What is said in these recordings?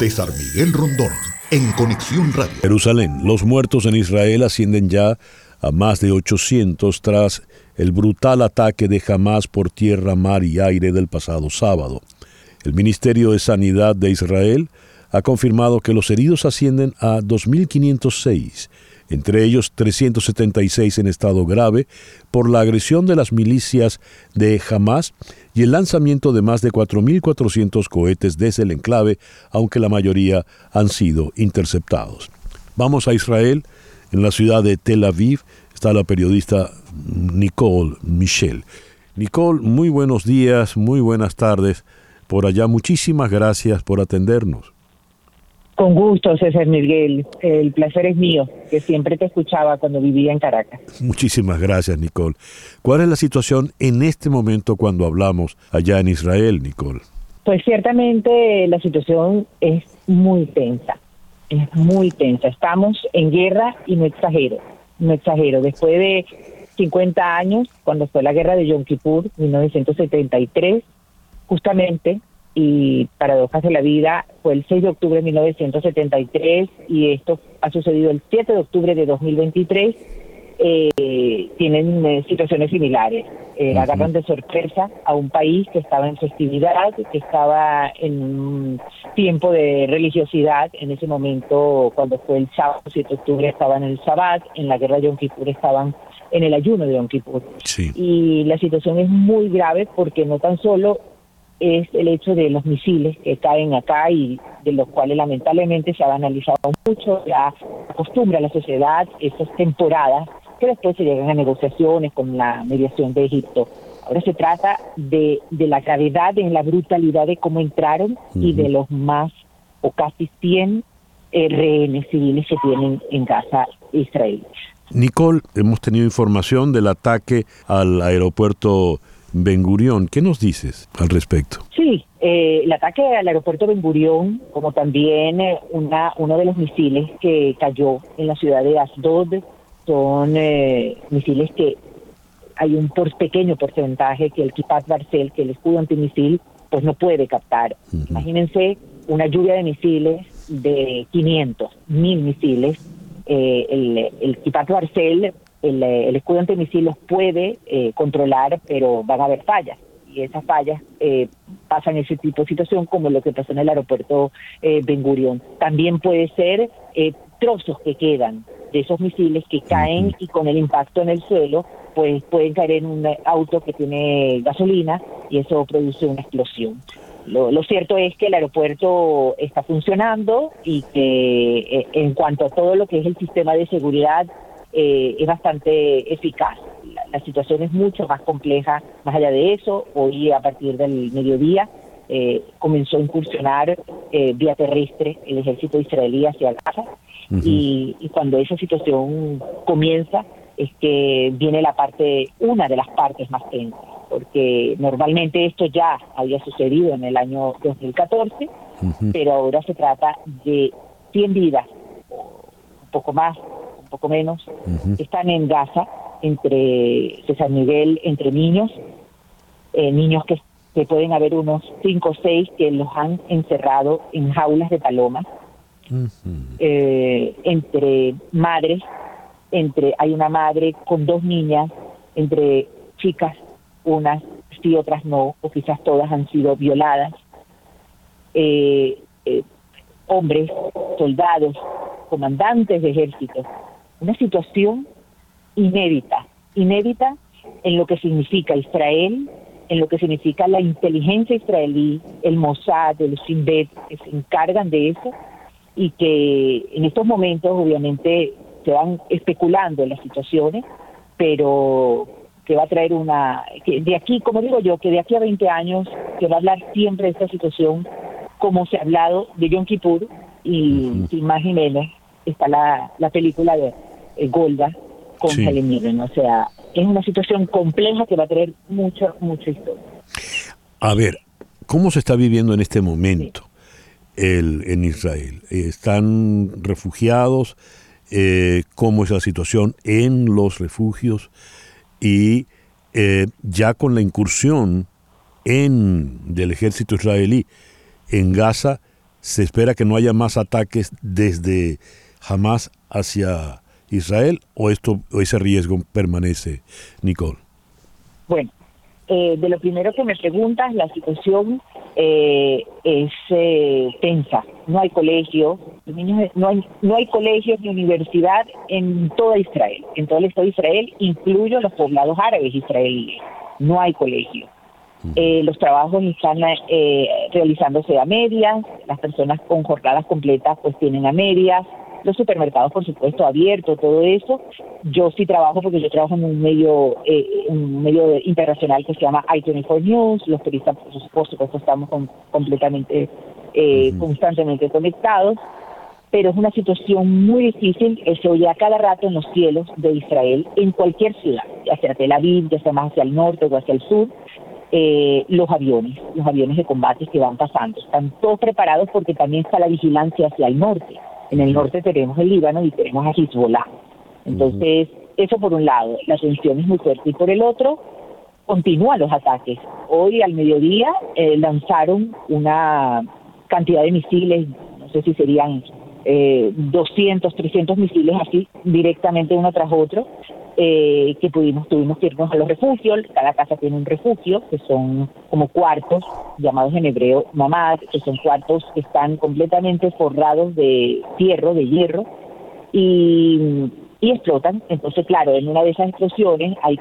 César Miguel Rondón, en Conexión Radio. Jerusalén. Los muertos en Israel ascienden ya a más de 800 tras el brutal ataque de Hamás por tierra, mar y aire del pasado sábado. El Ministerio de Sanidad de Israel ha confirmado que los heridos ascienden a 2.506, entre ellos 376 en estado grave por la agresión de las milicias de Hamás y el lanzamiento de más de 4.400 cohetes desde el enclave, aunque la mayoría han sido interceptados. Vamos a Israel. En la ciudad de Tel Aviv está la periodista Nicole Michel. Nicole, muy buenos días, muy buenas tardes. Por allá, muchísimas gracias por atendernos. Con gusto, César Miguel. El placer es mío, que siempre te escuchaba cuando vivía en Caracas. Muchísimas gracias, Nicole. ¿Cuál es la situación en este momento cuando hablamos allá en Israel, Nicole? Pues ciertamente la situación es muy tensa. Es muy tensa. Estamos en guerra y no exagero. Después de 50 años, cuando fue la guerra de Yom Kippur, 1973, justamente, y paradojas de la vida, fue el 6 de octubre de 1973 y esto ha sucedido el 7 de octubre de 2023, tienen situaciones similares. Agarran de sorpresa a un país que estaba en festividad, que estaba en un tiempo de religiosidad. En ese momento, cuando fue el sábado 7 de octubre, estaban en el Shabbat, en la guerra de Yom Kippur estaban en el ayuno de Yom Kippur. Sí. Y la situación es muy grave porque no tan solo es el hecho de los misiles que caen acá y de los cuales lamentablemente se ha analizado mucho, ya acostumbra a la sociedad esas temporadas que después se llegan a negociaciones con la mediación de Egipto. Ahora se trata de la gravedad, en la brutalidad de cómo entraron y de los más o casi 100 rehenes civiles que tienen en Gaza Israel. Nicole, hemos tenido información del ataque al aeropuerto Ben Gurión. ¿Qué nos dices al respecto? Sí, el ataque al aeropuerto Ben Gurión, como también uno de los misiles que cayó en la ciudad de Asdod, son misiles que hay un pequeño porcentaje que el Kippat Barcel, que el escudo antimisil, pues no puede captar. Imagínense una lluvia de misiles de 500, 1.000 misiles. El Kippat Barcel, el escudo antimisil los puede controlar, pero van a haber fallas. Y esas fallas pasan ese tipo de situación, como lo que pasó en el aeropuerto Ben Gurión. También puede ser trozos que quedan de esos misiles que caen y con el impacto en el suelo, pues pueden caer en un auto que tiene gasolina y eso produce una explosión. Lo cierto es que el aeropuerto está funcionando y que en cuanto a todo lo que es el sistema de seguridad es bastante eficaz. La situación es mucho más compleja. Más allá de eso, hoy a partir del mediodía comenzó a incursionar vía terrestre el ejército israelí hacia Gaza y cuando esa situación comienza es que viene una de las partes más tensas, porque normalmente esto ya había sucedido en el año 2014, pero ahora se trata de 100 vidas, un poco más, un poco menos, que están en Gaza, entre César Miguel, entre niños que pueden haber unos 5 o 6 que los han encerrado en jaulas de palomas, entre madres, hay una madre con 2 niñas, entre chicas, unas sí, otras no, o quizás todas han sido violadas, hombres, soldados, comandantes de ejércitos. Una situación inédita en lo que significa Israel, en lo que significa la inteligencia israelí, el Mossad, el Shin Bet, que se encargan de eso, y que en estos momentos obviamente se van especulando en las situaciones, pero que va a traer que de aquí, como digo yo, que de aquí a 20 años se va a hablar siempre de esta situación como se ha hablado de Yom Kippur, y sin más ni menos está la película de Golda con Helen Mirren. O sea, es una situación compleja que va a traer mucha historia. A ver, ¿cómo se está viviendo en este momento en Israel? ¿Están refugiados? ¿Cómo es la situación en los refugios? Y ya con la incursión del ejército israelí en Gaza, ¿Se espera que no haya más ataques desde Hamás hacia Israel o ese riesgo permanece, Nicole? Bueno, de lo primero que me preguntas, la situación es tensa. No hay colegio, los niños, no hay colegios ni universidad en toda Israel, en todo el Estado de Israel, incluyo los poblados árabes israelíes. No hay colegio. Los trabajos están realizándose a medias, las personas con jornadas completas pues tienen a medias, los supermercados por supuesto abiertos, todo eso. Yo sí trabajo porque yo trabajo en un medio internacional que se llama I24 News, los periodistas por supuesto estamos completamente, constantemente conectados, pero es una situación muy difícil, se oye a cada rato en los cielos de Israel, en cualquier ciudad, ya sea Tel Aviv, ya sea más hacia el norte o hacia el sur. Los aviones de combate que van pasando. Están todos preparados porque también está la vigilancia hacia el norte. En el norte tenemos el Líbano y tenemos a Hezbollah. Entonces, eso por un lado, la tensión es muy fuerte. Y por el otro, continúan los ataques. Hoy al mediodía lanzaron una cantidad de misiles, no sé si serían 200, 300 misiles así, directamente uno tras otro. Que tuvimos que irnos a los refugios. Cada casa tiene un refugio, que son como cuartos, llamados en hebreo mamad, que son cuartos que están completamente forrados de hierro, y explotan. Entonces, claro, en una de esas explosiones, ahí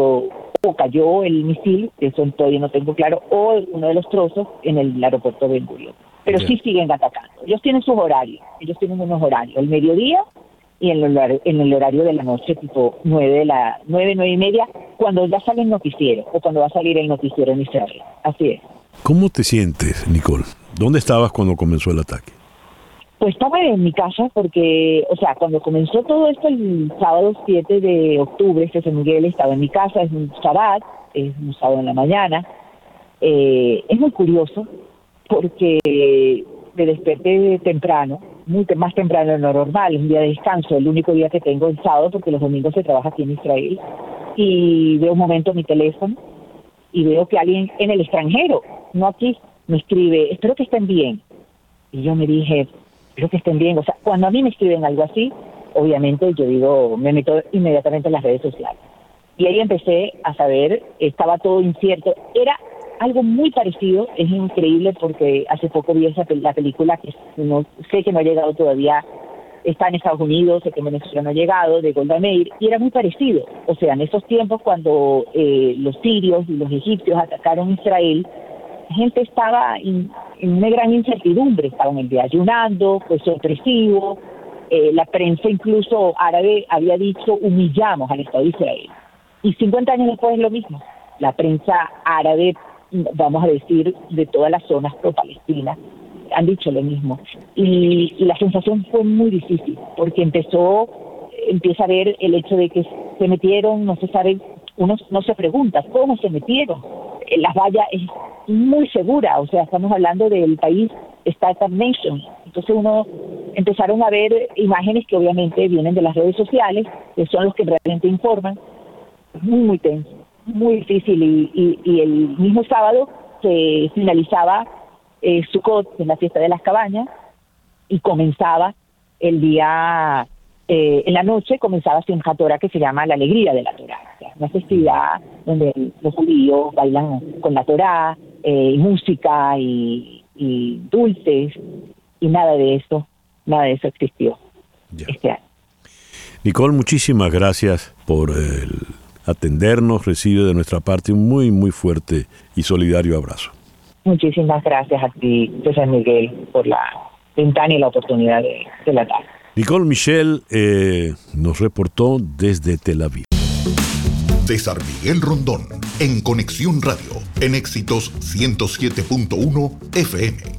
cayó el misil, que eso todavía no tengo claro, o uno de los trozos en el aeropuerto de Ben Gurion. Pero sí siguen atacando. Ellos tienen sus horarios, unos horarios, el mediodía y en el horario de la noche, tipo 9 y media, cuando ya sale el noticiero, o cuando va a salir el noticiero en Israel. Así es. ¿Cómo te sientes, Nicole? ¿Dónde estabas cuando comenzó el ataque? Pues estaba en mi casa porque, cuando comenzó todo esto el sábado 7 de octubre, San Miguel, estaba en mi casa, es un Shabbat, es un sábado en la mañana. Es muy curioso porque me desperté temprano, más temprano de lo normal, es un día de descanso, el único día que tengo el sábado porque los domingos se trabaja aquí en Israel, y veo un momento mi teléfono y veo que alguien en el extranjero, no aquí, me escribe, espero que estén bien. Y yo me dije, espero que estén bien. Cuando a mí me escriben algo así, obviamente me meto inmediatamente en las redes sociales. Y ahí empecé a saber, estaba todo incierto, era algo muy parecido, es increíble porque hace poco vi la película que sé que no ha llegado todavía, está en Estados Unidos, sé que en Venezuela no ha llegado, de Golda Meir, y era muy parecido. En esos tiempos cuando los sirios y los egipcios atacaron Israel, la gente estaba en una gran incertidumbre, estaban el día ayunando, pues sorpresivo, la prensa incluso árabe había dicho humillamos al Estado de Israel. Y 50 años después es lo mismo. La prensa árabe, vamos a decir, de todas las zonas pro-palestinas, han dicho lo mismo. Y la sensación fue muy difícil, porque empieza a ver el hecho de que se metieron, no se sabe, uno no se pregunta cómo se metieron. La valla es muy segura, estamos hablando del país Startup Nation. Entonces empezaron a ver imágenes que obviamente vienen de las redes sociales, que son los que realmente informan. Muy, muy tenso, muy difícil, y el mismo sábado se finalizaba Sukkot, que es la fiesta de las cabañas, y comenzaba el día, en la noche comenzaba Simchat Torah, que se llama la alegría de la Torah, una festividad donde los judíos bailan con la Torah, música y dulces, y nada de eso existió este año. Nicole, muchísimas gracias por atendernos. Recibe de nuestra parte un muy, muy fuerte y solidario abrazo. Muchísimas gracias a ti, César Miguel, por la ventana y la oportunidad de la tarde. Nicole Michel nos reportó desde Tel Aviv. César Miguel Rondón, en Conexión Radio, en Éxitos 107.1 FM.